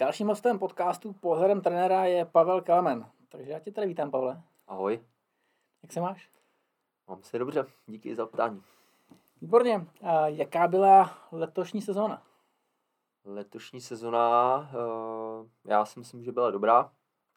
Dalším hostem podcastu Pohledem trenéra je Pavel Kelemen. Takže já tě tady vítám, Pavle. Ahoj. Jak se máš? Mám se dobře, díky za ptání. Výborně. A jaká byla letošní sezóna? Letošní sezona, já si myslím, že byla dobrá.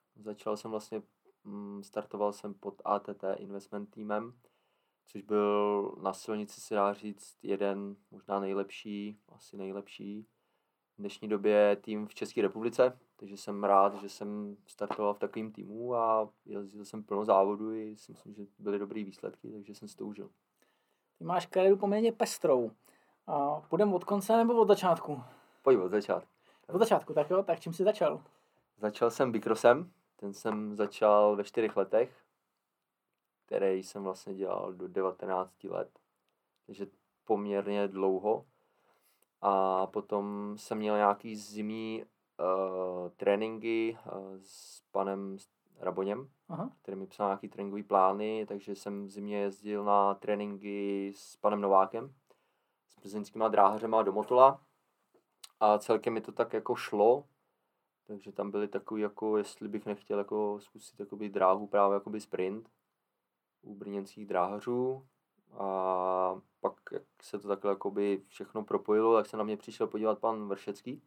Startoval jsem pod ATT Investment týmem, což byl na silnici, se dá říct, jeden, možná nejlepší, asi nejlepší v dnešní době tým v České republice. Takže jsem rád, že jsem startoval v takovém týmu a jezdil jsem plno závodů i si myslím, že byly dobrý výsledky, takže jsem si to užil. Ty máš kariéru poměrně pestrou. Půjdeme od konce nebo od začátku? Pojď od začátku. Od začátku, tak jo. Tak čím jsi začal? Začal jsem bicrossem, ten jsem začal ve 4 letech, který jsem vlastně dělal do 19 let, takže poměrně dlouho. A potom jsem měl nějaký zimní tréninky s panem Raboněm, který mi psal nějaký tréninkový plány, takže jsem v zimě jezdil na tréninky s panem Novákem, s plzeňskýma dráhařema do Motola a celkem mi to tak jako šlo. Takže tam byly takový, jako jestli bych nechtěl jako zkusit jakoby dráhu právě jakoby sprint u brněnských dráhařů. A pak, jak se to takhle jakoby všechno propojilo, tak se na mě přišel podívat pan Vršecký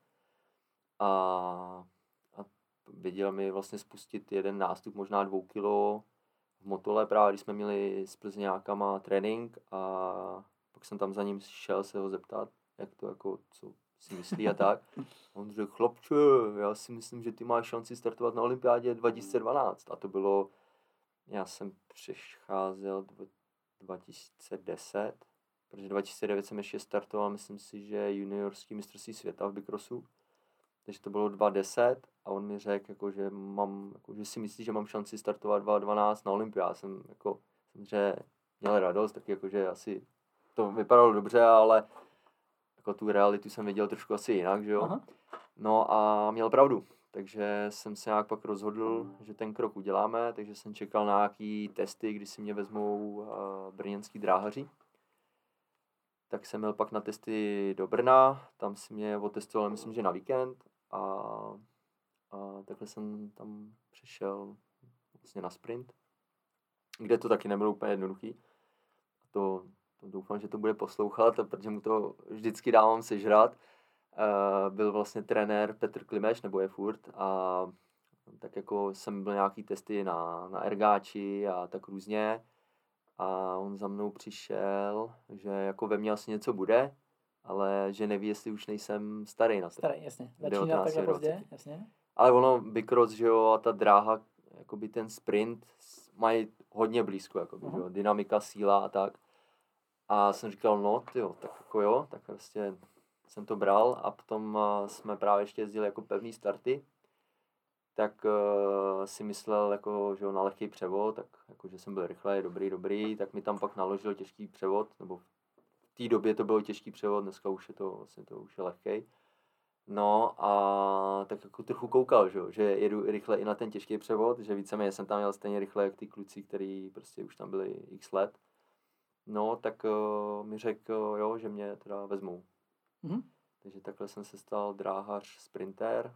a viděl mi vlastně spustit jeden nástup, možná 2 kilo v Motole, právě když jsme měli s Plzeňákama trénink a pak jsem tam za ním šel se ho zeptat, jak to jako, co si myslí a tak. On řekl, chlapče, já si myslím, že ty máš šanci startovat na olympiádě 2012. A to bylo, já jsem přecházel 2010, protože 2009 jsem ještě startoval, myslím si, že juniorský mistrovství světa v bicrossu. Takže to bylo 2010 a on mi řekl, jako, že si myslí, že mám šanci startovat 2012 na olympiádě. Jsem jako, samozřejmě měl radost, tak jako, že asi to vypadalo dobře, ale jako tu realitu jsem viděl trošku asi jinak, že jo. Aha. No a měl pravdu, takže jsem se nějak pak rozhodl, že ten krok uděláme, takže jsem čekal na nějaký testy, kdy si mě vezmou brněnský dráhaři. Tak jsem měl pak na testy do Brna, tam si mě otestoval, myslím, že na víkend a takhle jsem tam přešel vlastně na sprint, kde to taky nebylo úplně jednoduchý. To doufám, že to bude poslouchat, protože mu to vždycky dávám sežrat. Byl vlastně trenér Petr Klimeš, nebo je furt, a tak jako jsem byl nějaký testy na ergáči a tak různě. A on za mnou přišel, že jako ve mně asi něco bude, ale že neví, jestli už nejsem starý na to. Starý, jasně. Začíná takhle pozdě, jasně. Ale ono, bicross, že jo, a ta dráha, jakoby ten sprint, mají hodně blízko, jakoby, že jo, dynamika, síla a tak. A jsem říkal, no, tyjo, tak jako jo, tak prostě jsem to bral a potom jsme právě ještě jezdili jako pevný starty, tak si myslel, jako, že jo, na lehký převod, tak jako, že jsem byl rychlej, dobrý, tak mi tam pak naložil těžký převod, nebo v té době to byl těžký převod, dneska už je to, vlastně to už je lehkej. No a tak jako trochu koukal, že jedu rychle i na ten těžký převod, že víceméně jsem tam jel stejně rychle, jak ty kluci, který prostě už tam byli x let. No, tak mi řekl, jo, že mě teda vezmou. Takže takhle jsem se stal dráhař sprinter.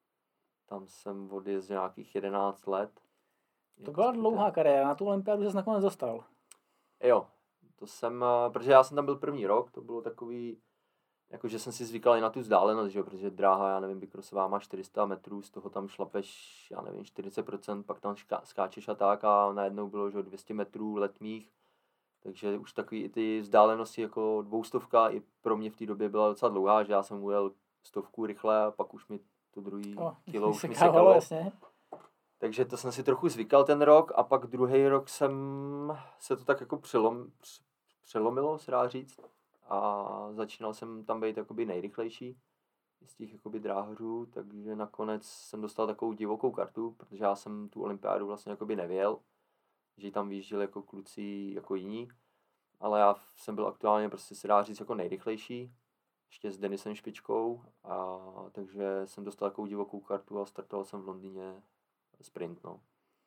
Tam jsem odjezdil nějakých 11 let. To byla dlouhá kariéra, na tu olympiádu ses nakonec dostal. Jo, to jsem, protože já jsem tam byl první rok, to bylo takový, jakože jsem si zvykal i na tu vzdálenost, že? Protože dráha, já nevím, bicrossová má 400 metrů, z toho tam šlapeš, já nevím, 40%, pak tam skáčeš a tak a najednou bylo, že 200 metrů letmých. Takže už takový i ty vzdálenosti jako 200 i pro mě v té době byla docela dlouhá, že já jsem ujel 100 rychle a pak už mi to druhý kilo už mi sekalo. Jasně. Takže to jsem si trochu zvykal ten rok a pak druhý rok jsem se to tak jako přelomilo, se dá říct. A začínal jsem tam být jakoby nejrychlejší z těch jakoby dráhařů, takže nakonec jsem dostal takovou divokou kartu, protože já jsem tu olympiádu vlastně jakoby nevěl, že tam vyjížděli jako kluci jako jiní, ale já jsem byl aktuálně prostě se dá říct jako nejrychlejší, ještě s Denisem Špičkou, a takže jsem dostal takovou divokou kartu a startoval jsem v Londýně sprint, no.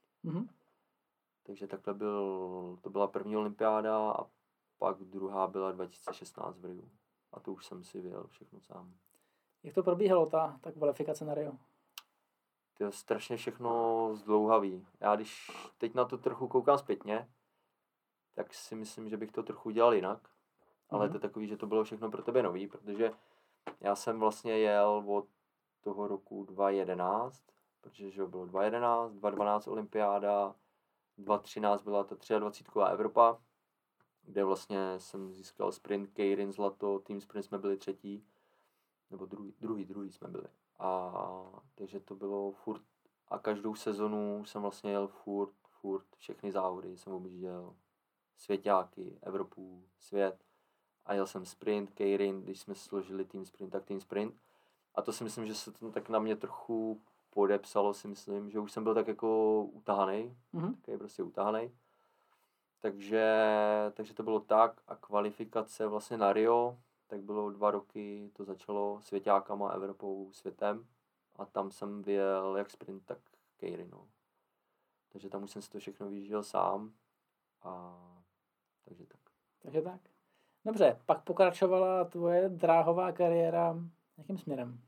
Takže takhle to byla první olympiáda a pak druhá byla 2016 v Riu. A to už jsem si vyjel všechno sám. Jak to probíhalo, ta kvalifikace na Rio? To je strašně všechno zdlouhavý. Já když teď na to trochu koukám zpětně, tak si myslím, že bych to trochu dělal jinak. Ale to je takový, že to bylo všechno pro tebe nový, protože já jsem vlastně jel od toho roku 2011, protože že bylo 2011, 2012 olympiáda, 2013 byla ta 23 Evropa, kde vlastně jsem získal sprint, Keirin zlato, tým sprint jsme byli třetí, nebo druhý jsme byli. A takže to bylo furt, a každou sezonu jsem vlastně jel furt všechny závody, jsem objížděl svěťáky, Evropu, svět. A jel jsem sprint, Keirin, když jsme složili tým sprint, tak tým sprint. A to si myslím, že se to tak na mě trochu podepsalo, si myslím, že už jsem byl tak jako utahanej, takový prostě utahanej. Takže to bylo tak a kvalifikace vlastně na Rio, tak bylo 2 roky, to začalo svěťákama, Evropou, světem a tam jsem vyjel jak sprint, tak Keirin. No. Takže tam už jsem si to všechno vyjížděl sám a takže tak. Takže tak. Dobře, pak pokračovala tvoje dráhová kariéra jakým směrem?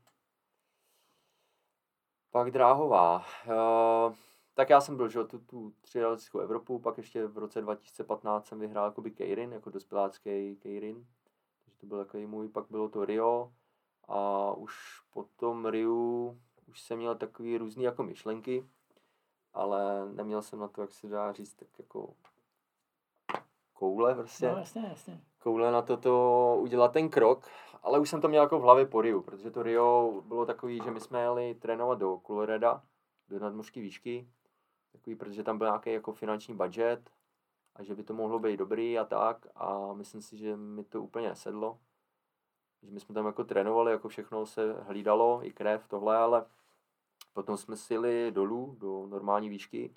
Pak dráhová. Tak já jsem byl, že tu 23. Evropu, pak ještě v roce 2015 jsem vyhrál jakoby Keirin, jako dospělácký Keirin. Takže to byl takový můj, pak bylo to Rio a už po tom Riu už jsem měl takový různý jako myšlenky, ale neměl jsem na to, jak se dá říct, tak jako koule prostě. No jasně. Koule na to udělat ten krok, ale už jsem to měl jako v hlavě po Riu, protože to Rio bylo takový, že my jsme jeli trénovat do Coloreda, do nadmořské výšky, takový, protože tam byl nějaký jako finanční budget a že by to mohlo být dobrý a tak a myslím si, že mi to úplně nesedlo. Že my jsme tam jako trénovali, jako všechno se hlídalo, i krev, tohle, ale potom jsme si jeli dolů do normální výšky.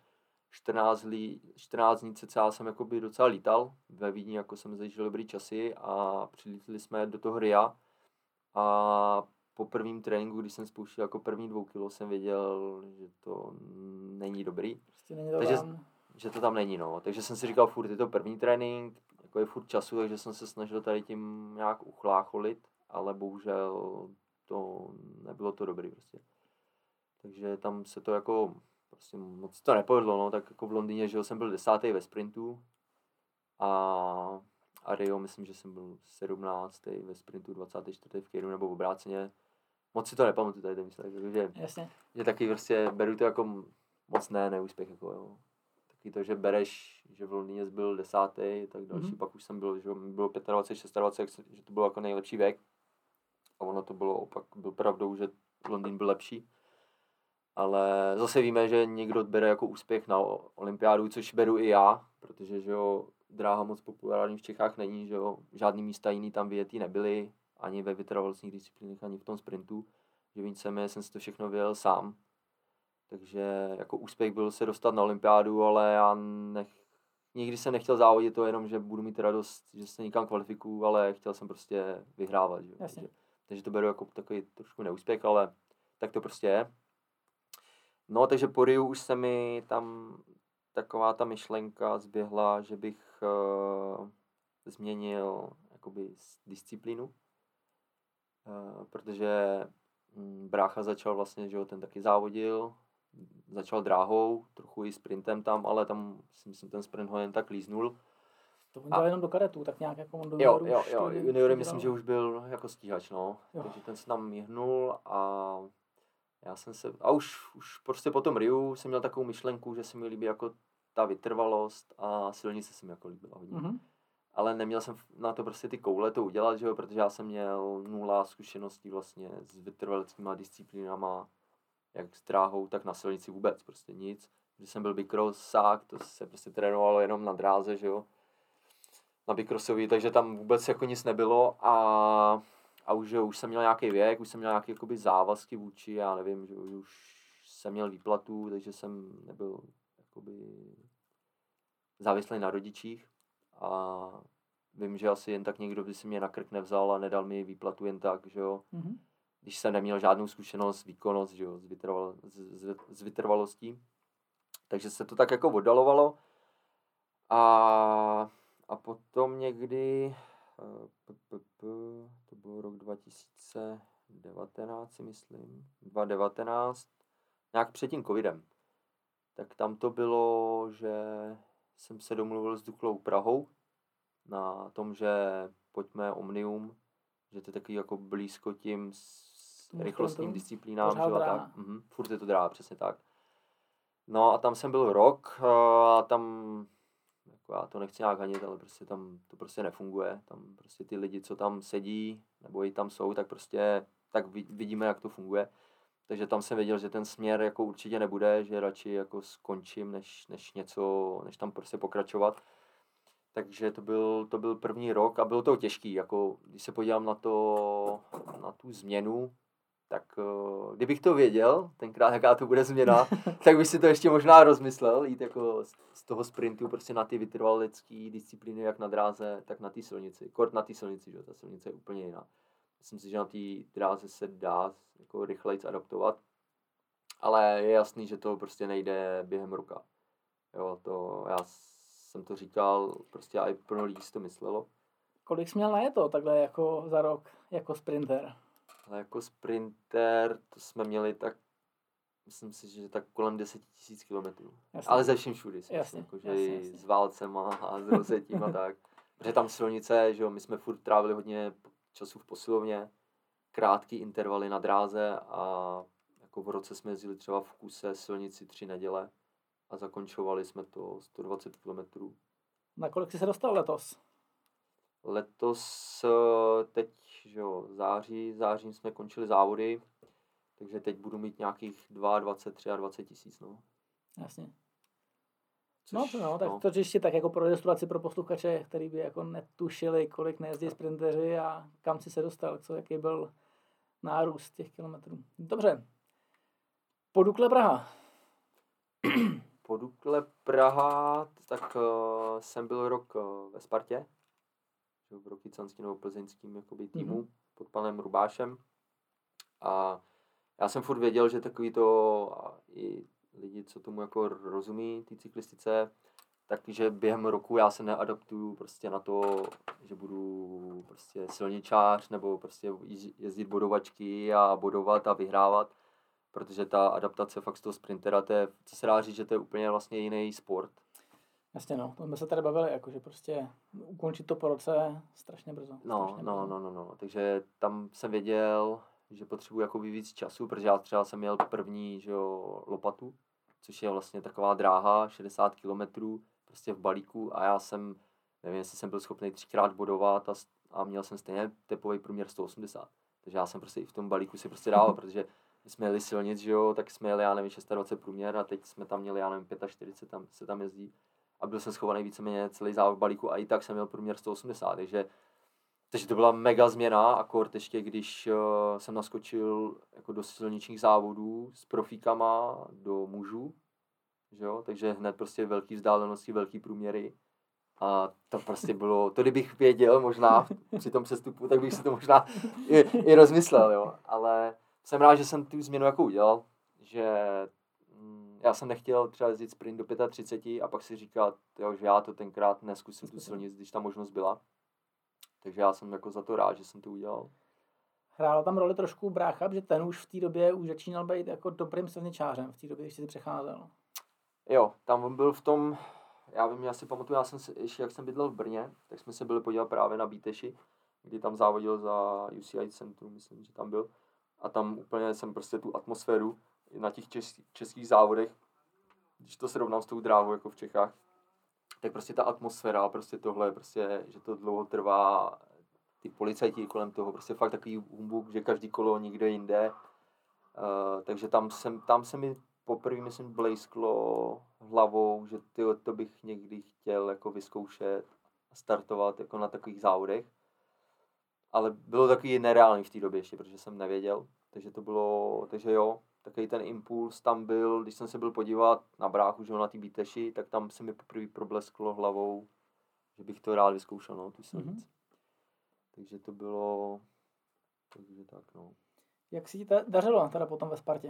14 dní cca jsem jakoby docela lítal, ve Vídni jako jsem zažil dobrý časy a přilítli jsme do toho Ria a po prvním tréninku, když jsem spouštěl jako první 2 kilo, jsem věděl, že to není dobrý. Prostě není to takže, tam. že to tam není, no. Takže jsem si říkal, furt je to první trénink, jako je furt času, takže jsem se snažil tady tím nějak uchlácholit, ale bohužel to nebylo to dobrý prostě. Takže tam se to jako prostě moc to nepovedlo, no, tak jako v Londýně, že jsem byl 10. ve sprintu a Rio, myslím, že jsem byl 17. ve sprintu, 24. v Keiru nebo v obráceně. Moc si to nepamatuju tady ten výsledek, že taky prostě beru to jako moc neúspěch, jako jo. Taky to, že bereš, že v Londýně byl 10. tak další, pak už jsem byl, že bylo 25, 26, že to bylo jako nejlepší věk. A ono to bylo opak, byl pravdou, že Londýn byl lepší. Ale zase víme, že někdo bere jako úspěch na olympiádu, což beru i já, protože že jo, dráha moc populární v Čechách není, že jo, žádný místa jiný tam vyjetý nebyly, ani ve vytrvalostních disciplínách, ani v tom sprintu, že víceméně jsem si to všechno vyjel sám. Takže jako úspěch byl se dostat na olympiádu, ale já nikdy jsem nechtěl závodit to jenom, že budu mít radost, že se někam kvalifikuju, ale chtěl jsem prostě vyhrávat. Že? Takže to beru jako takový trošku neúspěch, ale tak to prostě je. No, takže po Riu už se mi tam taková ta myšlenka zběhla, že bych změnil jakoby disciplínu, protože brácha začal vlastně, že jo, ten taky závodil, začal dráhou, trochu i sprintem tam, ale tam si myslím, ten sprint ho jen tak líznul. To on dělal jenom do karetů, tak nějak jako on do Jo, juniory myslím, že už byl jako stíhač, no. Jo. Takže ten se tam míhnul a já jsem se, a už prostě po tom Riu jsem měl takovou myšlenku, že se mi líbí jako ta vytrvalost a silnice se mi jako líbila hodně. Mm-hmm. Ale neměl jsem na to prostě ty koule to udělat, že jo, protože já jsem měl 0 zkušeností vlastně s vytrvaleckýma disciplínama, jak s dráhou, tak na silnici vůbec, prostě nic. Když jsem byl bicrossák, to se prostě trénovalo jenom na dráze, že jo, na bicrossový, takže tam vůbec jako nic nebylo a už jsem měl nějaký věk, už jsem měl nějaké jakoby závazky vůči, já nevím, že už jsem měl výplatu, takže jsem nebyl jakoby závislý na rodičích a vím, že asi jen tak někdo by si mě na krk nevzal a nedal mi výplatu jen tak, že jo. Mm-hmm. Když jsem neměl žádnou zkušenost, výkonnost, že jo, s vytrvalostí. Takže se to tak jako oddalovalo a potom někdy, to byl rok 2000, 2019 si myslím, 2019, nějak před tím covidem. Tak tam to bylo, že jsem se domluvil s Duklou Prahou na tom, že pojďme Omnium, že to je takový jako blízko tím rychlostním disciplínám, že jo, tak. Furt je to dráha, přesně tak. No a tam jsem byl rok a tam, jako já to nechci nějak hanit, ale prostě tam to prostě nefunguje. Tam prostě ty lidi, co tam sedí, nebo i tam jsou, tak prostě tak vidíme, jak to funguje. Takže tam jsem věděl, že ten směr jako určitě nebude, že radši jako skončím, než tam prostě pokračovat. Takže to byl první rok a bylo to těžký, jako když se podívám na tu změnu, tak kdybych to věděl, tenkrát jaká to bude změna, tak bych si to ještě možná rozmyslel, jít jako z toho sprintu prostě na ty vytrvalecké disciplíny, jak na dráze, tak na té silnici. Kort na té silnici, že ta silnice je úplně jiná. Myslím si, že na té dráze se dá jako rychlejc adaptovat, ale je jasný, že to prostě nejde během roka. Jo, já jsem to říkal, prostě a i plno lidí si to myslelo. Kolik jsi měl najeto takhle jako za rok, jako sprinter? Ale jako sprinter to jsme měli tak, myslím si, že tak kolem 10 000 kilometrů. Ale ze vším všudy. Jasně, jakože s válcema a s rozetím a tak. Protože tam silnice, že jo, my jsme furt trávili hodně času v posilovně, krátký intervaly na dráze a jako v roce jsme jezdili třeba v kuse silnici 3 neděle a zakončovali jsme to 120 kilometrů. Na kolik jsi se dostal letos? Letos teď, že jo, zářím jsme končili závody, takže teď budu mít nějakých 22, 23 tisíc, no. Jasně. Tak to ještě tak jako pro ilustraci pro posluchače, který by jako netušili, kolik nejezdí sprinteři a kam si se dostal, jaký byl nárůst těch kilometrů. Dobře. Po Dukle Praha. Po Dukle Praha, tak jsem byl rok ve Spartě, v Rokycanském nebo plzeňském jakoby týmu pod panem Rubášem. A já jsem furt věděl, že takový to i lidi, co tomu jako rozumí, té cyklistice, takže během roku já se neadaptuju prostě na to, že budu prostě silničář nebo prostě jezdit bodovačky a bodovat a vyhrávat, protože ta adaptace fakt z toho sprintera, to je, co se dá říct, že to je úplně vlastně jiný sport. Jasně no, to jsme se tady bavili, jako, že prostě ukončit to po roce strašně brzo. No, takže tam jsem věděl, že potřebuji jako víc času, protože já třeba jsem měl první, že jo, lopatu, což je vlastně taková dráha, 60 kilometrů, prostě v balíku a já jsem, nevím, jestli jsem byl schopný 3krát bodovat a měl jsem stejně tepový průměr 180. Takže já jsem prostě i v tom balíku si prostě dával, protože my jsme jeli silnic, že jo, tak jsme jeli, já nevím, 26 průměr a teď jsme tam měli, já nevím, 45, tam se tam jezdí. A byl jsem schovaný víceméně celý závod v balíku a i tak jsem měl průměr 180, takže to byla mega změna, akord ještě když jsem naskočil jako do silničních závodů s profíkama do mužů, že jo? Takže hned prostě velký vzdálenosti, velký průměry a to prostě bylo, to kdybych věděl možná při tom přestupu, tak bych si to možná i rozmyslel, jo, ale jsem rád, že jsem tu změnu jako udělal, že já jsem nechtěl třeba jezdit sprint do 35 a pak si říkat, jo, že já to tenkrát neskusím tu silnici, když ta možnost byla. Takže já jsem jako za to rád, že jsem to udělal. Hrála tam roli trošku brácha, že ten už v té době už začínal být jako dobrým silničářem, v té době, když jsi přecházel. Jo, tam on byl v tom, já si pamatuju, ještě jak jsem bydlel v Brně, tak jsme se byli podívat právě na Bíteši, kdy tam závodil za UCI Centrum, myslím, že tam byl. A tam úplně jsem prostě tu atmosféru na těch českých závodech, když to srovnám s tou dráhou jako v Čechách, tak prostě ta atmosféra, prostě tohle, prostě, že to dlouho trvá, ty policajti kolem toho, prostě fakt takový humbuk, že každý kolo nikde jinde. Takže tam se mi poprvé, myslím, blejsklo hlavou, že to bych někdy chtěl jako vyzkoušet a startovat jako na takových závodech. Ale bylo takový nereálný v té době ještě, protože jsem nevěděl. Takže jo, takový ten impuls tam byl, když jsem se byl podívat na bráchu, že na té Bíteši, tak tam se mi poprvé problesklo hlavou, že bych to rád vyzkoušel, no, tu silnici. Takže to bylo, takže tak, no. Jak si ti dařilo teda potom ve Spartě?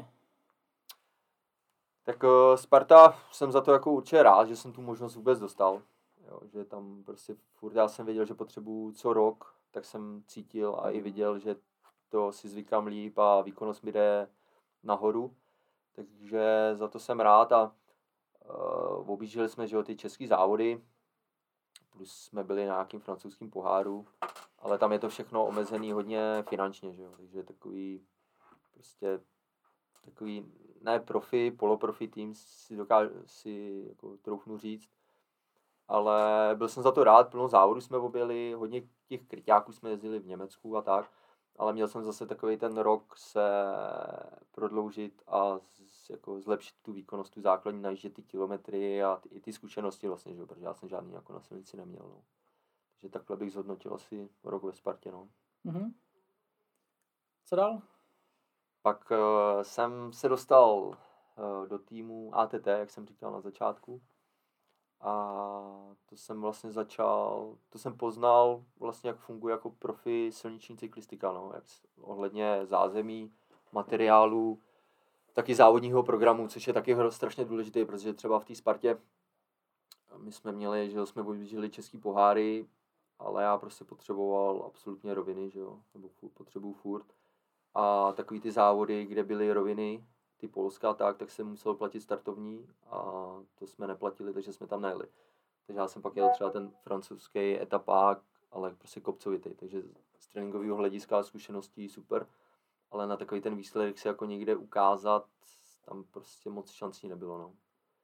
Tak Sparta, jsem za to jako určitě rád, že jsem tu možnost vůbec dostal. Jo, že tam prostě furt já jsem věděl, že potřebuju co rok, tak jsem cítil a i viděl, že to si zvykám líp a výkonnost mi jde nahoru. Takže za to jsem rád a objížděli jsme, že jo, ty český závody, plus jsme byli na nějakým francouzským poháru, ale tam je to všechno omezený hodně finančně, že jo, takže takový ne profi, poloprofi tým si jako troufnu říct, ale byl jsem za to rád, plno závodů jsme objeli, hodně těch kryťáků jsme jezdili v Německu a tak, ale měl jsem zase takový ten rok se prodloužit a jako zlepšit tu výkonnost, tu základní, najíždět ty kilometry a i ty zkušenosti vlastně, že? Protože já jsem žádný jako na silnici neměl. No. Takže takhle bych zhodnotil asi rok ve Spartě. No. Mm-hmm. Co dál? Pak jsem se dostal do týmu ATT, jak jsem říkal na začátku. A to jsem vlastně to jsem poznal vlastně, jak funguje jako profi silniční cyklistika, no, jak ohledně zázemí, materiálu, taky závodního programu, což je taky strašně důležité, protože třeba v té Spartě my jsme měli, že jsme objížděli český poháry, ale já prostě potřeboval absolutně roviny, že jo, nebo potřebuju furt. A takový ty závody, kde byly roviny, ty polská, tak jsem musel platit startovní a to jsme neplatili, takže jsme tam nejeli. Takže já jsem pak jel třeba ten francouzský etapák, ale prostě kopcovitý, takže z tréninkového hlediska zkušeností super, ale na takový ten výsledek se jako někde ukázat, tam prostě moc šancí nebylo, no.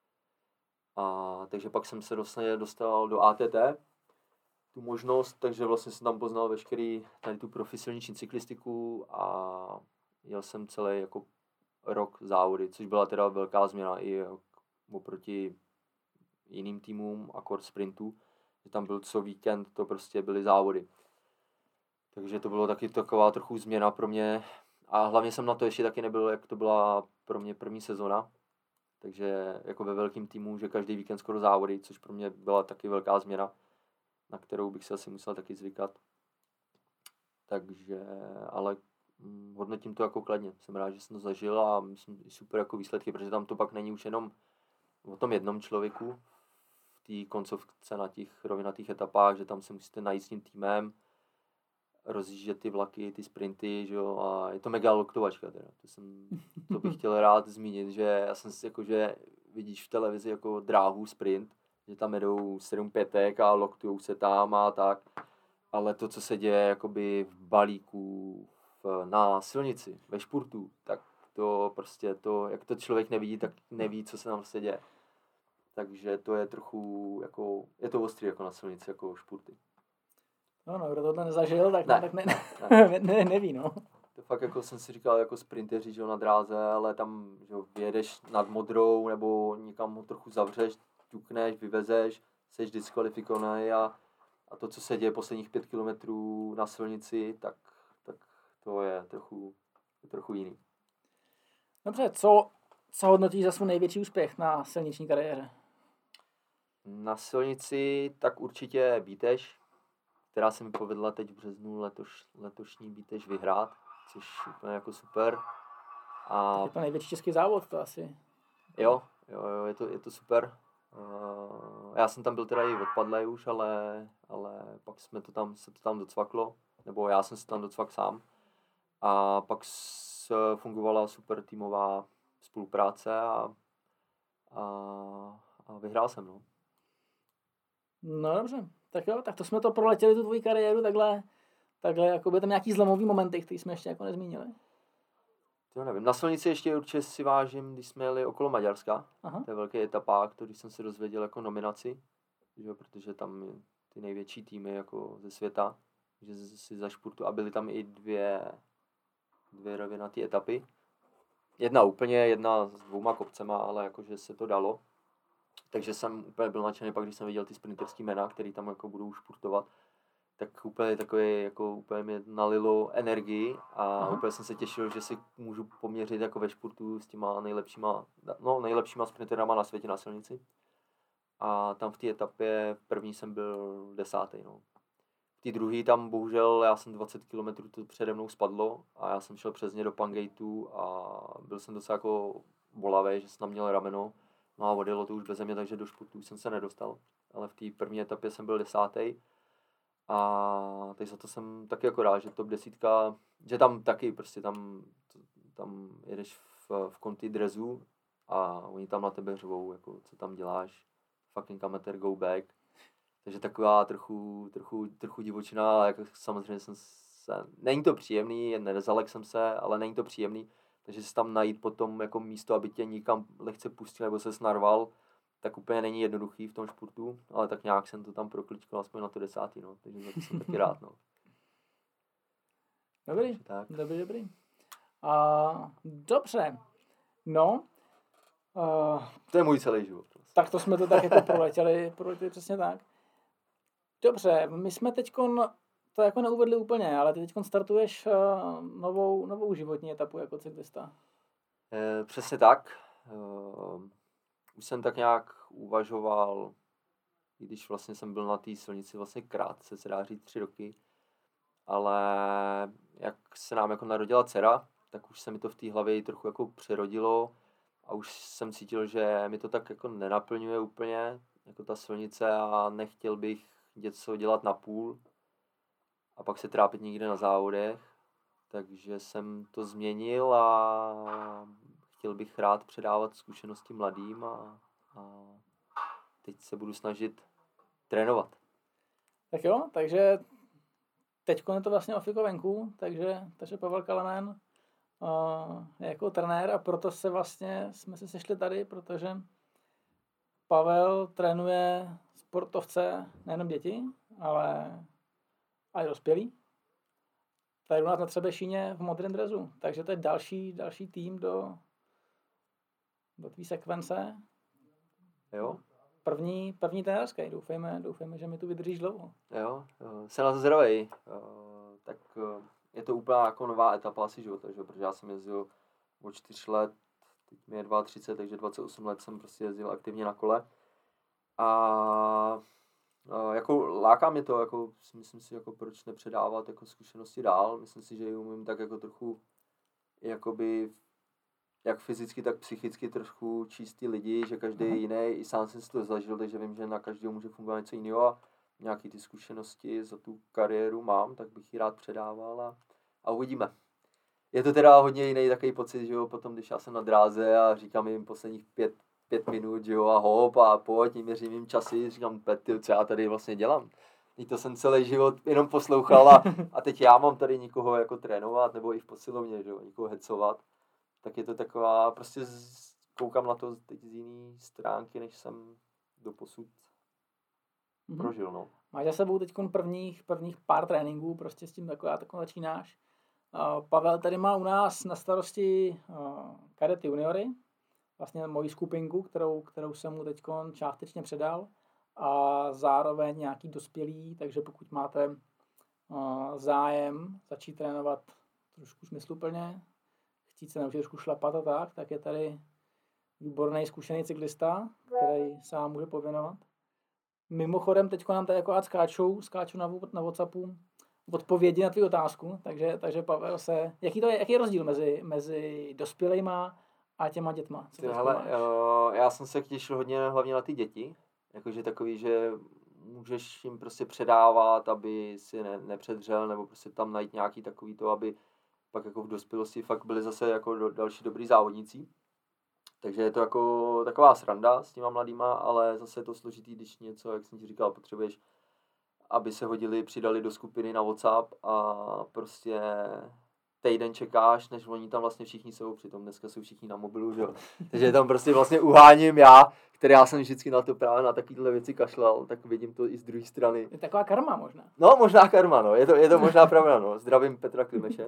A takže pak jsem se dostal do ATT, tu možnost, takže vlastně jsem tam poznal veškerý tady tu profesionální cyklistiku a jel jsem celý jako rok závody, což byla teda velká změna i oproti jiným týmům, akord sprintu, že tam byl co víkend, to prostě byly závody. Takže to bylo taky taková trochu změna pro mě a hlavně jsem na to ještě taky nebyl, jak to byla pro mě první sezona, takže jako ve velkým týmu, že každý víkend skoro závody, což pro mě byla taky velká změna, na kterou bych se asi musel taky zvykat. Takže, ale hodnotím to jako kladně. Jsem rád, že jsem to zažil a myslím super jako výsledky, protože tam to pak není už jenom o tom jednom člověku v té koncovce na těch rovinatých etapách, že tam se musíte najít s tím týmem, rozjíždět ty vlaky, ty sprinty, že jo, a je to mega loktovačka teda. To bych chtěl rád zmínit, že já jsem si jako, že vidíš v televizi jako dráhu sprint, že tam jedou 7 pětek a loktujou se tam a tak, ale to, co se děje jakoby v balíku, na silnici, ve špurtu, tak to prostě to, jak to člověk nevidí, tak neví, co se tam prostě děje. Takže to je trochu, jako, je to ostrý jako na silnici, jako špurty. No, kdo tohle nezažil, tak neví, no. To fakt jako jsem si říkal, jako sprinteři, že jo, na dráze, ale tam, že jo, vyjedeš nad modrou, nebo někam ho trochu zavřeš, ťukneš, vyvezeš, seš diskvalifikovaný a to, co se děje posledních 5 kilometrů na silnici, tak to je trochu jiný. Dobře, co hodnotíš za svůj největší úspěch na silniční kariéře? Na silnici tak určitě Bíteš, která se mi povedla teď v březnu letošní Bíteš vyhrát, což úplně jako super. A je to největší český závod, to asi. Jo, je to super. Já jsem tam byl teda i odpadlej už, ale pak se to tam docvaklo, nebo já jsem se tam docvak sám. A pak fungovala super týmová spolupráce a vyhrál jsem, no. No dobře, tak jo, tak to jsme to proletěli, tu tvoji kariéru, takhle jako by tam nějaký zlomový momenty, který jsme ještě jako nezmínili. To nevím, na silnici ještě určitě si vážím, když jsme jeli okolo Maďarska, to je velký etapák, to když jsem se dozvěděl jako nominaci, že, protože tam je ty největší týmy jako ze světa, že si za špurtu a byly tam i dvě rovinatý etapy. Jedna s 2 kopcema, ale jakože se to dalo. Takže jsem úplně byl nadšený, pak když jsem viděl ty sprinterský jména, který tam jako budou špurtovat, tak úplně takový, jako úplně mě nalilo energii a úplně jsem se těšil, že si můžu poměřit jako ve špurtu s těma nejlepšíma sprinterama na světě na silnici. A tam v té etapě první jsem byl 10. No. V té druhé tam bohužel, já jsem 20 km to přede mnou spadlo a já jsem šel přes ně do Pangateu a byl jsem docela jako bolavý, že jsem tam měl rameno. No a odjelo to už beze mě, takže do špurtu jsem se nedostal. Ale v té první etapě jsem byl 10. A teď za to jsem taky jako rád, že top 10, že tam taky prostě tam jedeš v konti drezu a oni tam na tebe řvou, jako co tam děláš, fucking amateur, go back. Takže taková trochu divočina, ale jako samozřejmě není to příjemný, nezalek jsem se, ale není to příjemný, takže si tam najít potom jako místo, aby tě nikam lehce pustil nebo se snarval, tak úplně není jednoduchý v tom športu, ale tak nějak jsem to tam prokličkal aspoň na to 10. No, takže za to jsem taky rád. No. Dobrý. Dobře. No. To je můj celý život. Tak to jsme to tak jako proletěli přesně tak. Dobře, my jsme teďkon to jako neuvedli úplně, ale ty teďkon startuješ novou životní etapu jako cyklista. Přesně tak. Už jsem tak nějak uvažoval, i když vlastně jsem byl na té silnici vlastně krátce, se dá říct 3 roky, ale jak se nám jako narodila dcera, tak už se mi to v té hlavě trochu jako přerodilo a už jsem cítil, že mi to tak jako nenaplňuje úplně, jako ta silnice a nechtěl bych něco dělat na půl a pak se trápit někde na závodech, takže jsem to změnil a chtěl bych rád předávat zkušenosti mladým a teď se budu snažit trénovat. Tak jo, takže teď je to vlastně ofiko venku, takže Pavel Kalanen je jako trenér a proto jsme se sešli tady, protože Pavel trénuje sportovce, nejenom děti, ale i dospělí. Tady u nás na Třebešíně v modrém drezu, takže to je další tým do tvý sekvence. Jo. První trenérský. Doufejme, že mi tu vydržíš dlouho. Jo, jsem na to zdravej. Tak je to úplně jako nová etapa asi života, že? Protože já jsem jezdil od 4 let, teď mi je 32, takže 28 let jsem prostě jezdil aktivně na kole. A jako láká mě to, jako myslím si, jako proč nepředávat jako zkušenosti dál. Myslím si, že ji umím tak jako trochu jakoby jak fyzicky, tak psychicky trošku číst ty lidi, že každý je jiný, i sám jsem si to zažil, takže vím, že na každého může fungovat něco jiného a nějaký ty zkušenosti za tu kariéru mám, tak bych ji rád předával a uvidíme. Je to teda hodně jiný takový pocit, že jo, potom, když já jsem na dráze a říkám jim posledních 5 minut, že jo, a hop a pojď, měřím jim časy, říkám, Pety, co já tady vlastně dělám. Teď to jsem celý život jenom poslouchal a teď já mám tady nikoho jako trénovat, nebo i v posilovně, že jo, nikoho hecovat. Tak je to taková, prostě koukám na to teď z jiné stránky, než jsem doposud prožil, no. Máš za sebou teď prvních pár tréninků, prostě s tím takovou začínáš. Pavel tady má u nás na starosti kadety juniory, vlastně moji skupinku, kterou jsem mu teď částečně předal a zároveň nějaký dospělý, takže pokud máte zájem začít trénovat trošku smysluplně, chtít se naučit trošku šlapat a tak je tady výborný zkušený cyklista, který se vám může pověnovat. Mimochodem, teď nám tady jako skáču na WhatsAppu odpovědi na tvou otázku, takže Pavel jaký je rozdíl mezi dospělejma a těma dětma? Já jsem se těšil hodně hlavně na ty děti, jakože takový, že můžeš jim prostě předávat, aby si nepředřel, nebo prostě tam najít nějaký takový to, aby pak jako v dospělosti fakt byli zase jako další dobrý závodníci. Takže je to jako taková sranda s těma mladýma, ale zase je to složitý, když něco, jak jsem ti říkal, potřebuješ, aby se přidali do skupiny na WhatsApp a prostě týden čekáš, než oni tam vlastně všichni jsou, přitom dneska jsou všichni na mobilu, že jo. Takže tam prostě vlastně uháním já, který já jsem vždycky na to právě na takovéhle věci kašlal, tak vidím to i z druhé strany. Je taková karma možná. No, možná karma, no. Je to možná pravda, no. Zdravím Petra Klimeše.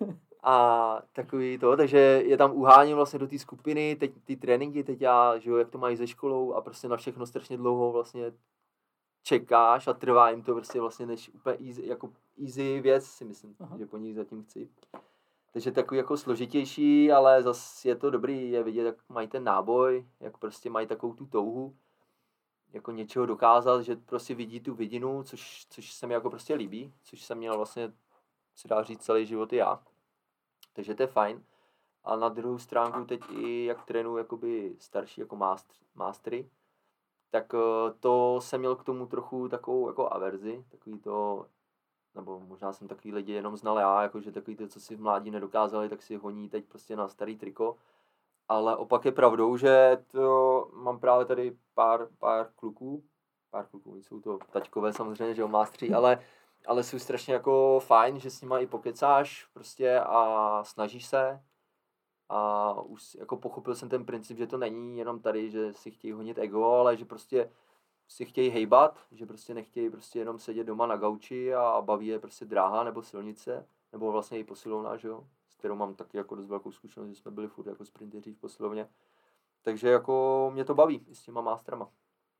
A takový to, takže je tam uháním vlastně do té skupiny, teď ty tréninky, teď já, že jo, jak to mají ze školou a prostě na všechno strašně dlouho vlastně čekáš a trvá jim to prostě vlastně než úplně easy věc, si myslím, že po nich zatím chci. Takže takový jako složitější, ale zase je to dobrý je vidět, jak mají ten náboj, jak prostě mají takovou tu touhu jako něčeho dokázat, že prostě vidí tu vidinu, což se mi jako prostě líbí, což jsem měl vlastně, se dá říct, celý život i já. Takže to je fajn. A na druhou stránku teď i jak trénuji jakoby starší jako mastery, tak to jsem měl k tomu trochu takovou jako averzi, takový to, nebo možná jsem takový lidi jenom znal já, jakože takový to, co si v mládí nedokázali, tak si honí teď prostě na starý triko. Ale opak je pravdou, že to mám právě tady pár kluků, jsou to taťkové samozřejmě, že jo, mástří, ale jsou strašně jako fajn, že s nima i pokecáš prostě a snažíš se. A už jako pochopil jsem ten princip, že to není jenom tady, že si chtějí honit ego, ale že prostě si chtějí hejbat, že prostě nechtějí prostě jenom sedět doma na gauči a baví je prostě dráha nebo silnice, nebo vlastně i posilovna, že jo, s kterou mám taky jako dost velkou zkušenost, že jsme byli furt jako sprinteři v posilovně. Takže jako mě to baví i s těma mástrama.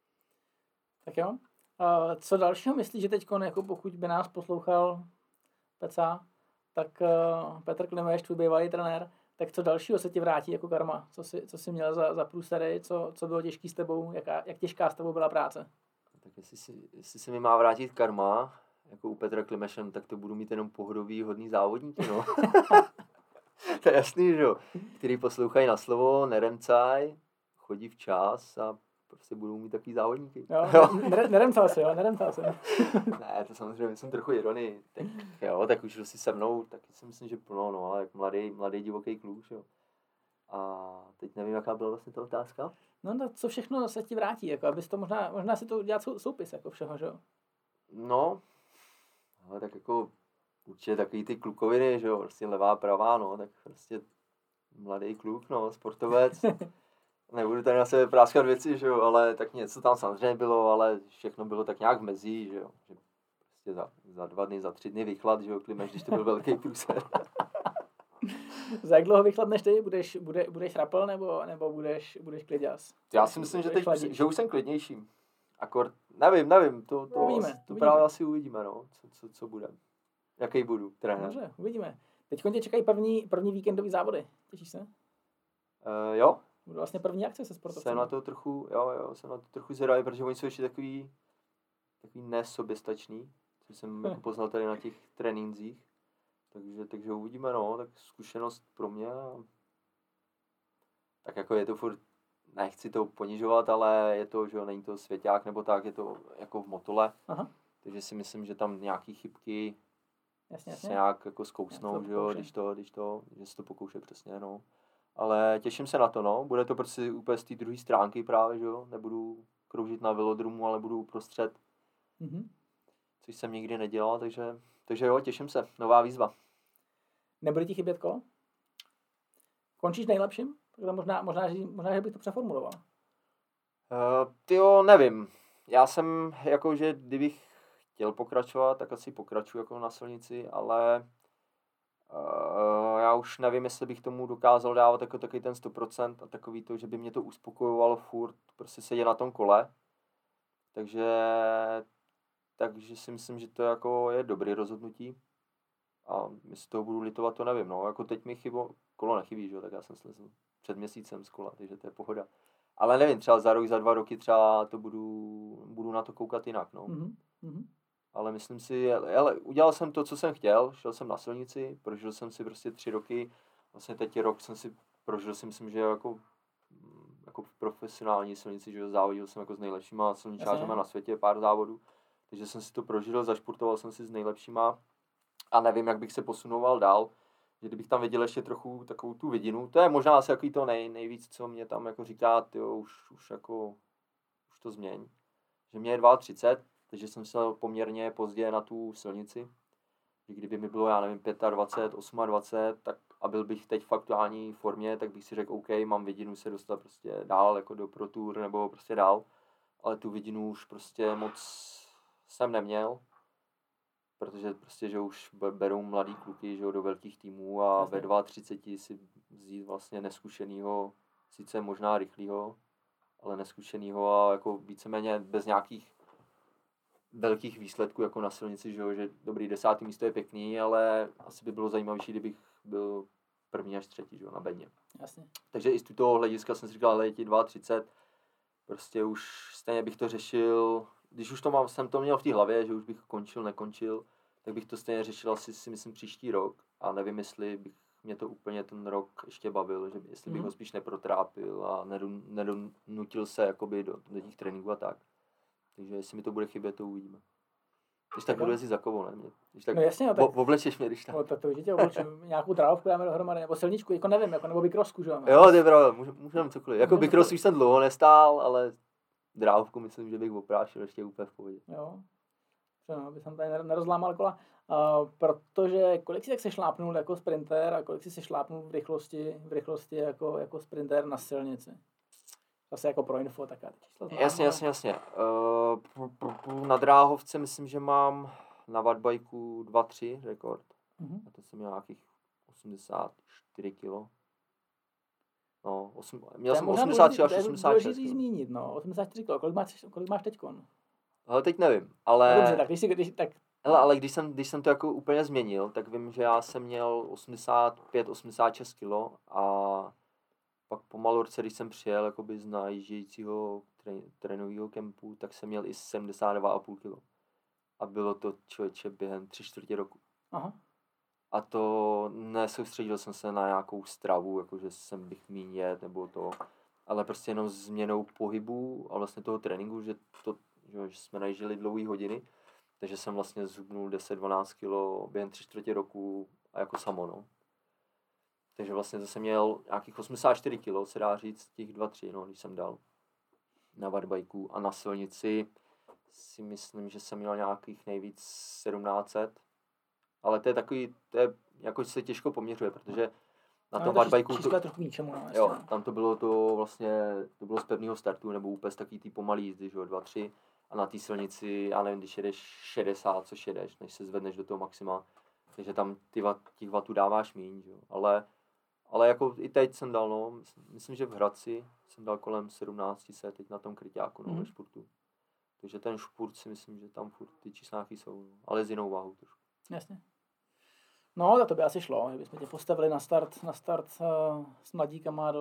Tak jo. Co dalšího myslíš, že teď, jako pokud by nás poslouchal Peca, tak Petr Klimeš, tvůj bývalý trenér, tak co dalšího se ti vrátí jako karma? Co jsi měl za průsery, co bylo těžký s tebou, jak těžká s tebou byla práce? Tak jestli se mi má vrátit karma, jako u Petra Klimešem, tak to budu mít jenom pohodový, hodný závodníky, no. To je jasný, že jo. Který poslouchají na slovo, neremcaj, chodí včas a prostě budou mít takový závodníky. Jo, neremcal si. Ne, to samozřejmě jsem trochu ironii. Tak už si se mnou, taky si myslím, že plno, no, ale jak mladý divoký kluk, jo. A teď nevím, jaká byla vlastně ta otázka. No, co všechno se ti vrátí, jako, abys to možná si to udělat soupis, jako všeho, že jo? No, ale tak jako určitě takový ty klukoviny, že jo, prostě levá, pravá, no, tak prostě mladý kluk, no, sportovec. Nebudu tady na sebe práskat věci, že jo, ale tak něco tam samozřejmě bylo, ale všechno bylo tak nějak v mezí, že jo. Že prostě za 2 dny, za 3 dny vychlad, že jo, Klimeš, když to byl velký průser. Za jak dlouho vychladneš ty? Budeš rapel nebo budeš kliděs? Já si myslím, že už jsem klidnější. Akord, nevím, to uvidíme. Právě asi uvidíme, no, co bude. Jaký budu trenér. Dobře, uvidíme. Teď tě čekají první víkendový závody. Těšíš se? Jo. Bude vlastně první akce se sportovcem. Jsem na to trochu zvědavý, protože oni jsou ještě takový nesoběstačný, což jsem jako poznal tady na těch trénincích. Takže uvidíme, no, tak zkušenost pro mě. Tak jako je to furt, nechci to ponižovat, ale je to, že jo, není to svěťák nebo tak, je to jako v motole. Aha. Takže si myslím, že tam nějaký chybky jasně. se nějak jako zkousnou, že jo, že se to pokouše přesně, no. Ale těším se na to, no. Bude to prostě úplně z té druhé stránky právě, že jo. Nebudu kroužit na velodromu, ale budu uprostřed. Mm-hmm. Což jsem nikdy nedělal, takže jo, těším se. Nová výzva. Nebude ti chybět kolo? Končíš nejlepším? Tak možná, že bych to přeformuloval. Tyjo, nevím. Já jsem, jakože kdybych chtěl pokračovat, tak asi pokračuji jako na silnici, ale já už nevím, jestli bych tomu dokázal dávat jako takový ten 100% a takový to, že by mě to uspokojovalo furt prostě sedět na tom kole. Takže si myslím, že to jako je dobrý rozhodnutí. A jestli toho budu litovat, to nevím. No, jako teď mi kolo nechybí, že jo, tak já jsem slezl před měsícem z kola, takže to je pohoda. Ale nevím, třeba za rok, za 2 roky třeba to budu na to koukat jinak, no. Mm-hmm. Ale myslím si, udělal jsem to, co jsem chtěl, šel jsem na silnici, prožil jsem si prostě 3 roky, vlastně teď rok jsem si prožil si myslím, že jako v profesionální silnici, že závodil jsem jako s nejlepšíma silničářema na světě, pár závodů, takže jsem si to prožil, zašportoval jsem si s nejlepšíma a nevím, jak bych se posunoval dál, že kdybych tam viděl ještě trochu takovou tu vidinu, to je možná asi jako to nejvíc, co mě tam jako říká, tyjo, už to změň, že mě je 32, takže jsem šel poměrně pozdě na tu silnici, že kdyby mi bylo, já nevím, 25, 28, tak a byl bych teď v aktuální formě, tak bych si řekl, OK, mám vidinu se dostat prostě dál, jako do Pro Tour nebo prostě dál, ale tu vidinu už prostě moc jsem neměl, protože prostě, že už berou mladý kluky, že jo, do velkých týmů a ve 32 si vzít vlastně neskušenýho, sice možná rychlýho, ale neskušenýho a jako víceméně bez nějakých velkých výsledků jako na silnici, že dobrý 10. místo je pěkný, ale asi by bylo zajímavější, kdybych byl 1. až 3. že jo, na bedně. Jasně. Takže i z toho hlediska jsem si říkal, ale je ti 32, prostě už stejně bych to řešil, když už jsem to měl v té hlavě, že už bych nekončil, tak bych to stejně řešil asi si myslím příští rok a nevím, jestli bych mě to úplně ten rok ještě bavil, že jestli bych ho spíš neprotrápil a nedonutil se jakoby do těch tréninků a tak. Takže jestli mi to bude chybět, to uvidíme. Když tak budu jezdit za kovou, ne? Když tak no jasně, no, tak oblečeš mě, když tak. No, tak to určitě obleču. Nějakou dráhovku dáme dohromady, nebo silničku, jako nevím, jako, nebo bikrosku, že jo? Jo, to je pravda, můžeme cokoliv. Jako bikros už jsem dlouho nestál, ale dráhovku myslím, že bych oprášil ještě úplně v pohodě. Jo, no, aby jsem tady nerozlámal kola. Protože kolik si tak se šlápnul jako sprinter a kolik si se šlápnul v rychlosti jako sprinter na silnici? Zase jako pro info, taká čísla znám. Jasně. Na dráhovce myslím, že mám na wattbajku 2-3 rekord. A to jsem měl nějakých 84 kg. No, měl jsem 83 až 86 kg. Zmínit, no, 84 kg. Kolik máš teďkon? Ale teď nevím, ale... No dobře, tak Hele, ale když jsem to jako úplně změnil, tak vím, že já jsem měl 85-86 kg a pak po Malorce, když jsem přijel jakoby z najíždějícího trénového kempu, tak jsem měl i 72,5 kg. A bylo to, člověče, během 3/4 roku. Aha. A to nesoustředil jsem se na nějakou stravu, jakože jsem bych míň jet nebo to, ale prostě jenom změnou pohybu a vlastně toho tréninku, že jsme najížděli dlouhé hodiny, takže jsem vlastně zhubnul 10-12 kg během 3/4 roku a jako samo, no. Takže vlastně zase měl nějakých 84 kg, se dá říct, těch 2-3, no, když jsem dal na wattbajku a na silnici si myslím, že jsem měl nějakých nejvíc 1700, ale to je takový, jako se těžko poměřuje, protože na tom wattbajku jo, tam to bylo z pevného startu, nebo úplně z takový tý pomalý jízdy, že jo, 2-3, a na té silnici, já nevím, když jedeš 60, což jedeš, než se zvedneš do toho maxima, takže tam těch wattů dáváš míň, že jo, ale jako i teď jsem dal, no, myslím, že v Hradci jsem dal kolem 1700 teď na tom kryťáku, no, ve špurtu. Takže ten špurt si myslím, že tam furt ty čísláky jsou, no, ale s jinou váhou trošku. Jasně. No, tak to by asi šlo, kdybychom tě postavili na start s mladíkama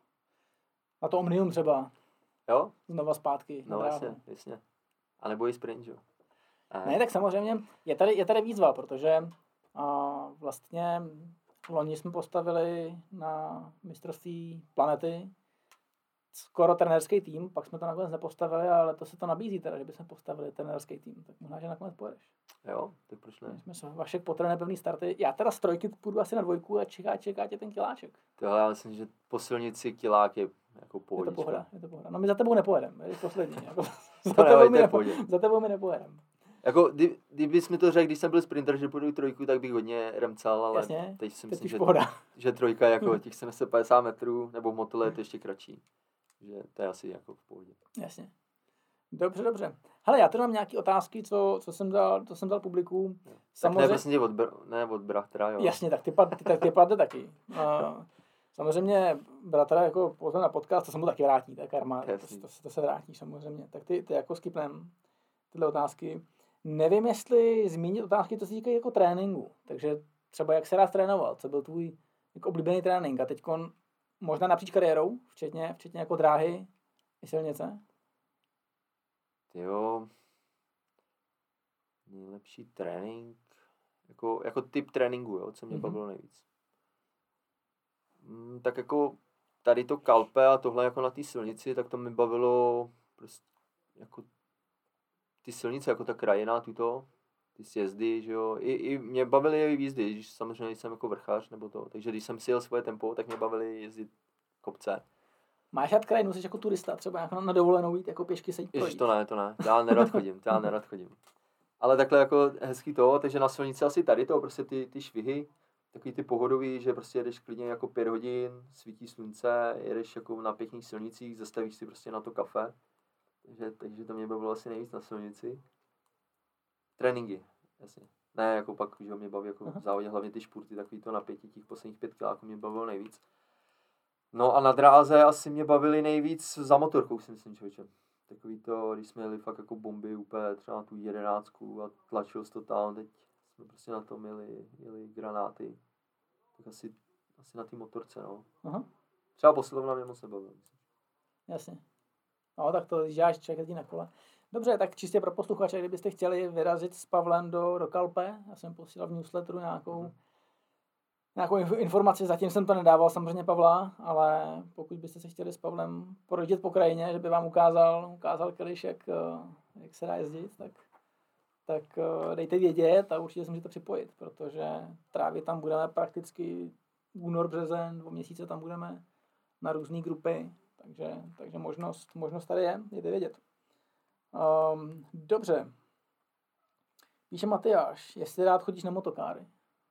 na to Omnium třeba. Jo? Znova zpátky. No, jasně. A nebo i sprint, jo? Ne, tak samozřejmě je tady výzva, protože vlastně loni jsme postavili na mistrovství planety skoro trenérský tým, pak jsme to nakonec nepostavili, ale to se to nabízí teda, že bychom postavili trenérský tým, tak možná, že nakonec pojedeš. Jo, tak proč ne? Vašek potřebuje pevný starty. Já teda z 3 půjdu asi na 2 a čeká tě ten kiláček. Tohle já myslím, že po silnici kilák je jako pohodička. Je to pohoda. No my za tebou nepojedeme, je poslední. Jako, za tebou my nepojedeme. Jako, kdybys mi to řekl, když jsem byl sprinter, že půjdu 3, tak bych hodně remcal, ale jasně, teď si myslím, že 3 jako těch 750 metrů, nebo v motole je to ještě kratší. Že to je asi jako v pohodě. Jasně. Dobře. Hele, já tady mám nějaké otázky, co jsem dal publiku. Samozřejmě... Tak ne, prostě od bratra, jo. Jasně, tak ty padne taky. Samozřejmě bratra jako pozve na podcast, to se mu taky vrátí, to je karma, to se vrátí samozřejmě. Tak ty jako skipnem tyhle otázky. Nevím, jestli zmínit otázky, co se týkají jako tréninku. Takže třeba jak se rád trénoval, co byl tvůj jako oblíbený trénink a teďkon možná napříč kariérou, včetně jako dráhy i silnice? Jo, nejlepší trénink, jako typ tréninku, jo, co mě bavilo nejvíc. Tak jako tady to kalpe a tohle jako na té silnici, tak to mi bavilo prostě jako ty silnice, jako ta krajina, ty sjezdy, že jo, i mě bavily výjezdy, když samozřejmě jsem jako vrchář nebo to, takže když jsem si jel svoje tempo, tak mě bavily jezdit kopce. Máš rád krajinu, jsi jako turista, třeba jako na dovolenou jít, jako pěšky se jít projít? Ježiš, to ne, já nerad chodím. Ale takhle jako hezký to, takže na silnici asi tady to, prostě ty švihy, takový ty pohodový, že prostě jedeš klidně jako 5 hodin, svítí slunce, jedeš jako na pěkných silnicích, zastavíš si prostě na to kafe, takže to mě bavilo asi nejvíc na silnici. Tréninky, jasně. Ne, jako pak, že mě baví jako v závodě, hlavně ty špurty, takový to napětí, těch posledních 5 kiláků mě bavilo nejvíc. No a na dráze asi mě bavili nejvíc za motorkou, si myslím, člověče. Takový to, když jsme jeli fakt jako bomby úplně třeba na tu 11 a tlačil se to tam, teď jsme prostě na tom jeli granáty. Tak asi na té motorce, no. Aha. Třeba posilovna mě moc nebavila. Jasně. No tak to děláš člověk jezdí na kole. Dobře, tak čistě pro posluchače, kdybyste chtěli vyrazit s Pavlem do Kalpe, já jsem posílal v newsletteru nějakou nějakou informaci, zatím jsem to nedával samozřejmě Pavla, ale pokud byste se chtěli s Pavlem projíždět po krajině, že by vám ukázal Keliš, jak se dá jezdit, tak dejte vědět a určitě se můžete připojit, protože trávit tam budeme prakticky únor, březen, 2 měsíce tam budeme na různé grupy, takže možnost tady je, dejte vědět. Dobře. Píše Matyáš, jestli rád chodíš na motokáry.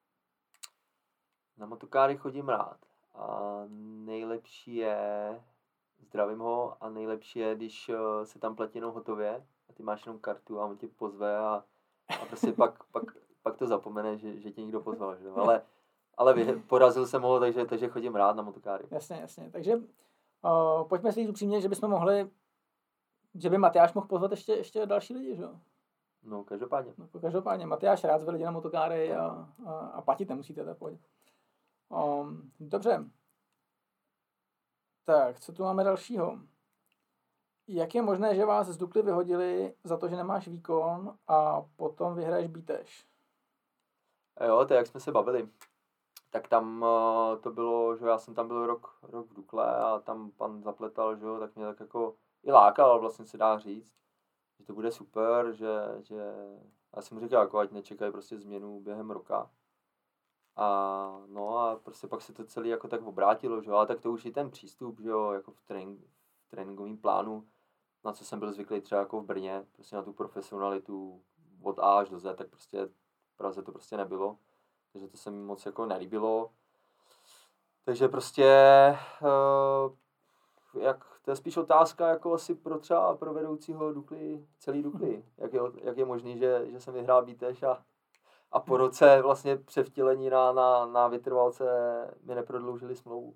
Na motokáry chodím rád. A nejlepší je, zdravím ho, a nejlepší je, když se tam platí jenom hotově a ty máš jenom kartu a on tě pozve a prostě pak to zapomene, že tě někdo pozval. Že? Ale porazil jsem ho, takže chodím rád na motokáry. Jasně. Takže pojďme si říct upřímně, že bychom mohli, že by Matyáš mohl pozvat ještě další lidi, že jo? No, každopádně. Matyáš rád zve lidi na motokáry a platit nemusíte, tak pojď. Dobře. Tak, co tu máme dalšího? Jak je možné, že vás z Dukly vyhodili za to, že nemáš výkon a potom vyhraješ Bíteš? Jo, to jak jsme se bavili. Tak tam to bylo, že já jsem tam byl rok v Dukle a tam pan zapletal, že jo, tak mě tak jako i lákal, vlastně se dá říct, že to bude super, že já jsem mu říkal, jako ať nečekají prostě změnu během roka. A prostě pak se to celé jako tak obrátilo, že jo, ale tak to už je ten přístup, že jo, jako v tréninkovém plánu, na co jsem byl zvyklý třeba jako v Brně, prostě na tu profesionalitu od A až do Z, tak prostě v Praze to prostě nebylo, takže to se mi moc jako nelíbilo. Takže prostě, to je spíš otázka jako asi pro vedoucího Dukly, celý Dukly, jak je možný, že jsem vyhrál Bíteš a po roce vlastně převtělení na vytrvalce mi neprodloužili smlouvu.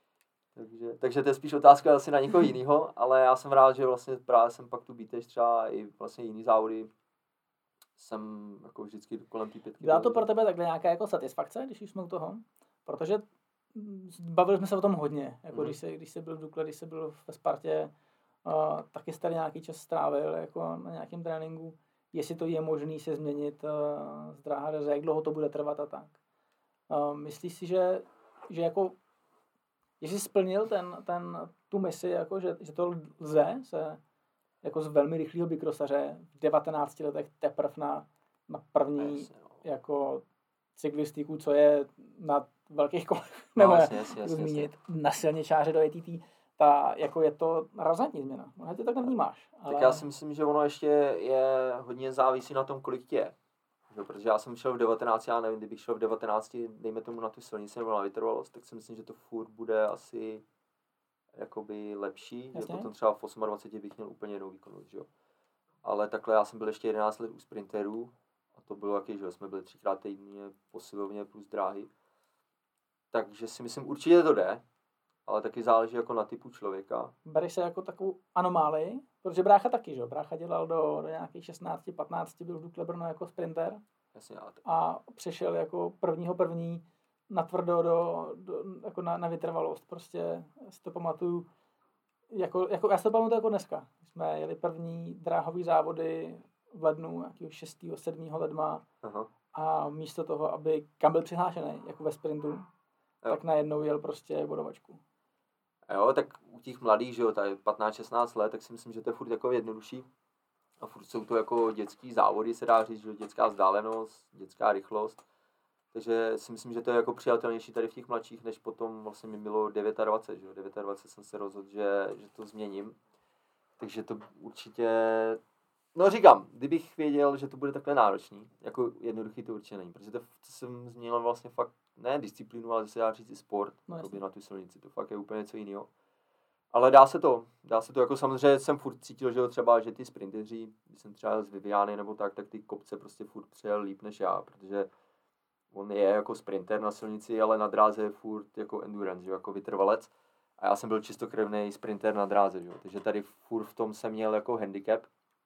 Takže to je spíš otázka asi na někoho jiného, ale já jsem rád, že vlastně právě jsem pak tu Bíteš třeba i vlastně jiný závody jsem jako vždycky kolem té 5. Byla to pro tebe takhle nějaká jako satisfakce, když jsme u toho? Protože bavili jsme se o tom hodně, jako když jsi byl v Dukle, když jsi byl ve Spartě, taky jsi tady nějaký čas strávil jako na nějakém tréninku, jestli to je možné se změnit z dráhaře, jak dlouho to bude trvat a tak. Myslíš si, že jako jestli splnil tu misi, jako, že to lze se jako z velmi rychlého bikrosaře v 19 letech teprve na první jako cyklistiku, co je na velkých kolech, nebo zmínit, na silničáře do ATT, jako je to razantní změna. Možná ty tak nevnímáš. Ale... Tak já si myslím, že ono ještě je hodně závisí na tom, kolik tě je. Protože já jsem šel v 19, já nevím, kdybych šel v 19, dejme tomu na tu silnici nebo na vytrvalost, tak si myslím, že to furt bude asi jakoby lepší, že potom třeba v 28 bych měl úplně jinou výkonnost, že jo. Ale takhle já jsem byl ještě 11 let u sprinterů a to bylo jaký, že jsme byli 3x týdně posilovně plus dráhy. Takže si myslím, určitě to jde, ale taky záleží jako na typu člověka. Bereš se jako takovou anomálii, protože brácha taky, že jo. Brácha dělal do nějakých 16, 15, byl v Dukle Brno jako sprinter. Jasně, a přešel jako první natvrdo jako na vytrvalost. Prostě si to pamatuju, jako já si to pamatuju jako dneska. Jsme jeli první dráhový závody v lednu, nějakého 6. 7. ledna. Aha. A místo toho, aby kam byl přihlášený, jako ve sprintu, tak najednou jel prostě bodovačku. Jo, tak u těch mladých, že jo, tady 15-16 let, tak si myslím, že to je furt jako jednodušší. A furt jsou to jako dětský závody, se dá říct, že dětská vzdálenost, dětská rychlost. Takže si myslím, že to je jako přijatelnější tady v těch mladších, než potom vlastně mi bylo 29, že jo. 29 jsem se rozhodl, že to změním. Takže to určitě, no říkám, kdybych věděl, že to bude takhle náročný, jako jednoduchý to určitě není, protože to jsem změnil vlastně fakt, ne disciplínu, ale se dá říct i sport, na tu silnici, to fakt je úplně něco jiného. Ale dá se to, jako samozřejmě jsem furt cítil, že třeba, že ty sprinteři, když jsem třeba z Viviany nebo tak ty kopce prostě furt přejel líp než já, protože on je jako sprinter na silnici, ale na dráze je furt jako endurance, že, jako vytrvalec. A já jsem byl čistokrevný sprinter na dráze, že? Takže tady furt v tom jsem měl jako handicap.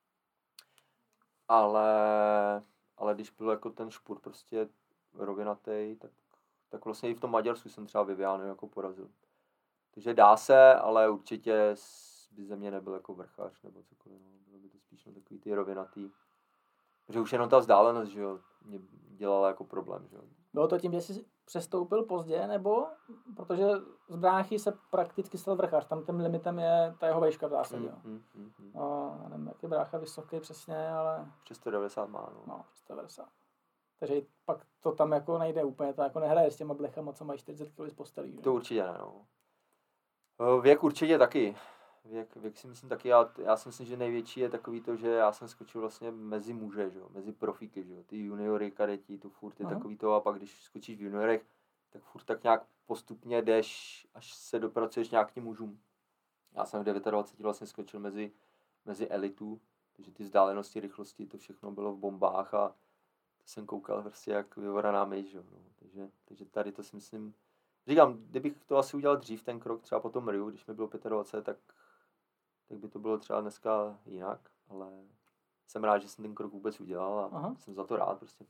Ale když byl jako ten špurt prostě rovinatý, tak vlastně i v tom Maďarsku jsem třeba Vivianu jako porazil. Takže dá se, ale určitě by ze mě nebyl jako vrchař nebo cokoliv. No. Bylo by to spíš na takový ty rovinatý Protože už jenom ta vzdálenost, že jo, mě dělala jako problém, že jo. Bylo to tím, že jsi přestoupil pozdě, nebo protože z bráchy se prakticky stal vrchař, tam tím limitem je ta jeho vejška v zásadě, jo. Já nevím, jak je brácha vysoký přesně, ale... Přes 190 má, no. No, přes 190. Takže pak to tam jako nejde úplně, to jako nehraje s těma blechama, co mají 40 kg z postelí. Že? To určitě ne, no. Věk určitě taky. Věk si myslím taky, já si myslím, že největší je takový to, že já jsem skočil vlastně mezi muže, že jo, mezi profíky, že jo, ty juniory, kadeti, to furt je takový to a pak když skočíš v juniorech, tak furt tak nějak postupně jdeš, až se dopracuješ nějak k těm mužům. Já jsem v 29 vlastně skočil mezi elitu, takže ty vzdálenosti, rychlosti, to všechno bylo v bombách a to jsem koukal prostě jak vyvoraná myš, jo, no. Takže tady to si myslím, říkám, kdybych to asi udělal dřív ten krok, třeba po tom Riu, když mi bylo 25, tak by to bylo třeba dneska jinak, ale jsem rád, že jsem ten krok vůbec udělal a jsem za to rád prostě.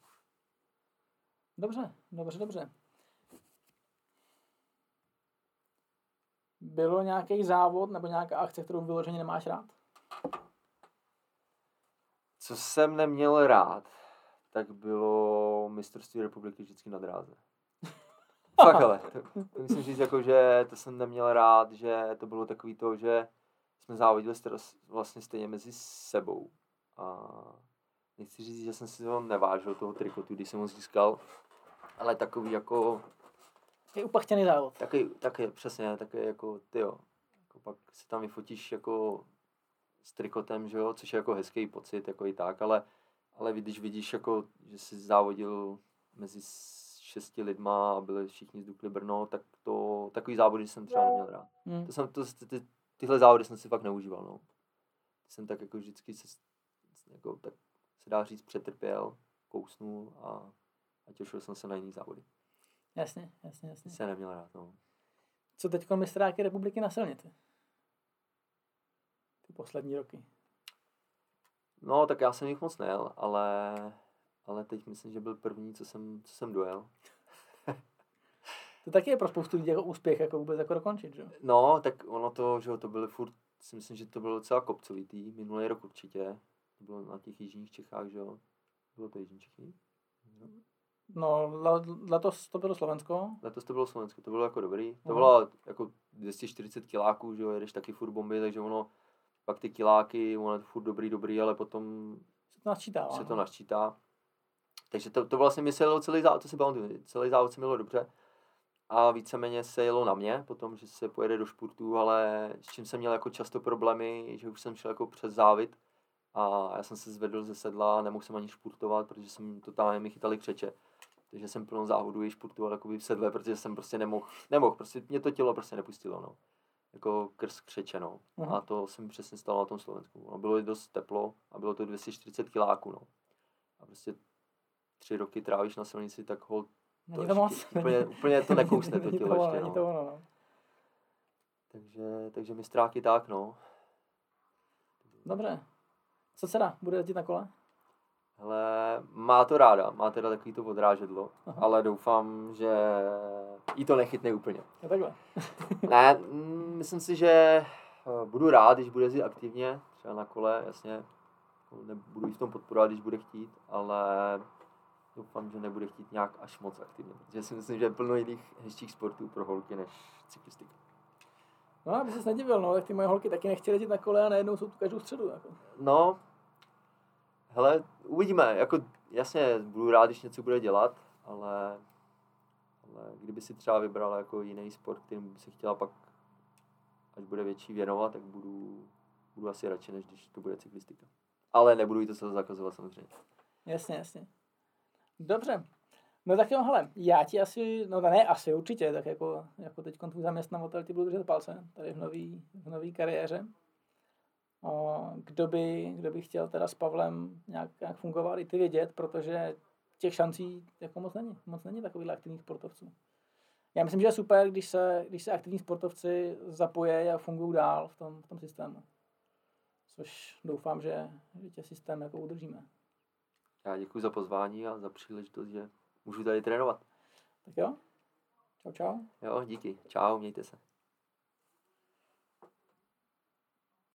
Dobře. Bylo nějaký závod nebo nějaká akce, kterou vyloženě nemáš rád? Co jsem neměl rád, tak bylo mistrovství republiky vždycky na dráze. Fakt ale, to musím říct, jako, že to jsem neměl rád, že to bylo takový to, že jsme závodili vlastně stejně mezi sebou. A nechci říct, že jsem si to nevážil, toho trikotu, když jsem ho získal, ale takový jako... Je upachtěný závod. Taky přesně, taky jako tyjo. Jako pak se tam vyfotíš jako s trikotem, že jo, což je jako hezký pocit, jako i tak, ale když vidíš, jako, že jsi závodil mezi 6 lidma a byli všichni z Dukly Brno, tak to takový závody jsem třeba neměl rád. Tyhle závody jsem si fakt neužíval, no. Jsem tak jako vždycky jako, tak se dá říct přetrpěl, kousnul a těšil jsem se na jiný závody. Jasně. Jsem neměl rád, no. Co teďko mistráky republiky na silnici? Ty poslední roky. No, tak já jsem jich moc nejel, ale teď myslím, že byl první, co jsem dojel. To taky je pro spoustu lidí jako úspěch, jako vůbec jako dokončit, že? No, tak ono to, že to byly furt, si myslím, že to bylo docela kopcovitý, minulý rok určitě. To bylo na těch jižních Čechách, že jo? Bylo to jižní Čechy? No, letos to bylo Slovensko. Letos to bylo Slovensko, to bylo jako dobrý. To bylo jako 240 kiláků, že jo, jedeš taky furt bomby, takže ono, pak ty kiláky, ono je to furt dobrý, ale potom se to načítá. Takže to vlastně mi se jelo celý závod, to si pamatuju, celý závod se mi jelo dobře. A víceméně se jelo na mě, potom, že se pojede do špurtu, ale s čím jsem měl jako často problémy, že už jsem šel jako přes závit a já jsem se zvedl ze sedla a nemohl jsem ani špurtovat, protože jsem totálně mi chytali křeče. Takže jsem plnou závodu i špurtoval jakoby v sedle, protože jsem prostě nemohl, prostě mě to tělo prostě nepustilo, no. Jako krz křeče, no. A to se mi přesně stalo na tom Slovensku. No, bylo dost teplo a bylo to 240 kiláků, no. A prostě 3 roky trávíš na silnici, tak holt není to moc. Úplně to nekousne to tělo ještě, no. To ono, no. Takže mistráky tak, no. Dobře. Co dcera? Bude jezdit na kole? Hele, má to ráda, má teda takový to odrážedlo, ale doufám, že jí to nechytne úplně. Je takhle. Ne, myslím si, že budu rád, když bude jezdit aktivně, třeba na kole, jasně. Nebudu jí v tom podporovat, když bude chtít, ale doufám, že nebude chtít nějak až moc aktivně, protože si myslím, že je plno jiných hezčích sportů pro holky než cyklistika. No, aby ses nedivil, no, tak ty moje holky taky nechtěly jezdit na kole a najednou jsou tu každou středu. Jako. No, hele, uvidíme, jako jasně budu rád, když něco bude dělat, ale kdyby si třeba vybrala jako jiný sport, kterým by si chtěla pak, až bude větší, věnovat, tak budu asi radši, než když to bude cyklistika. Ale nebudu jí to se zakazovat samozřejmě. Jasně. Dobře. No tak jo, hele, já ti asi, no ne asi, určitě, tak jako teď tvůj zaměstnavatel ti budu držet palce tady v nový kariéře. Kdo by chtěl teda s Pavlem nějak fungovat, i ty vědět, protože těch šancí jako moc není takovýhle aktivních sportovců. Já myslím, že je super, když se aktivní sportovci zapojí a fungují dál v tom systému. Což doufám, že tě systém jako udržíme. Já děkuji za pozvání a za příležitost, že můžu tady trénovat. Tak jo. Čau. Jo, díky. Čau, mějte se.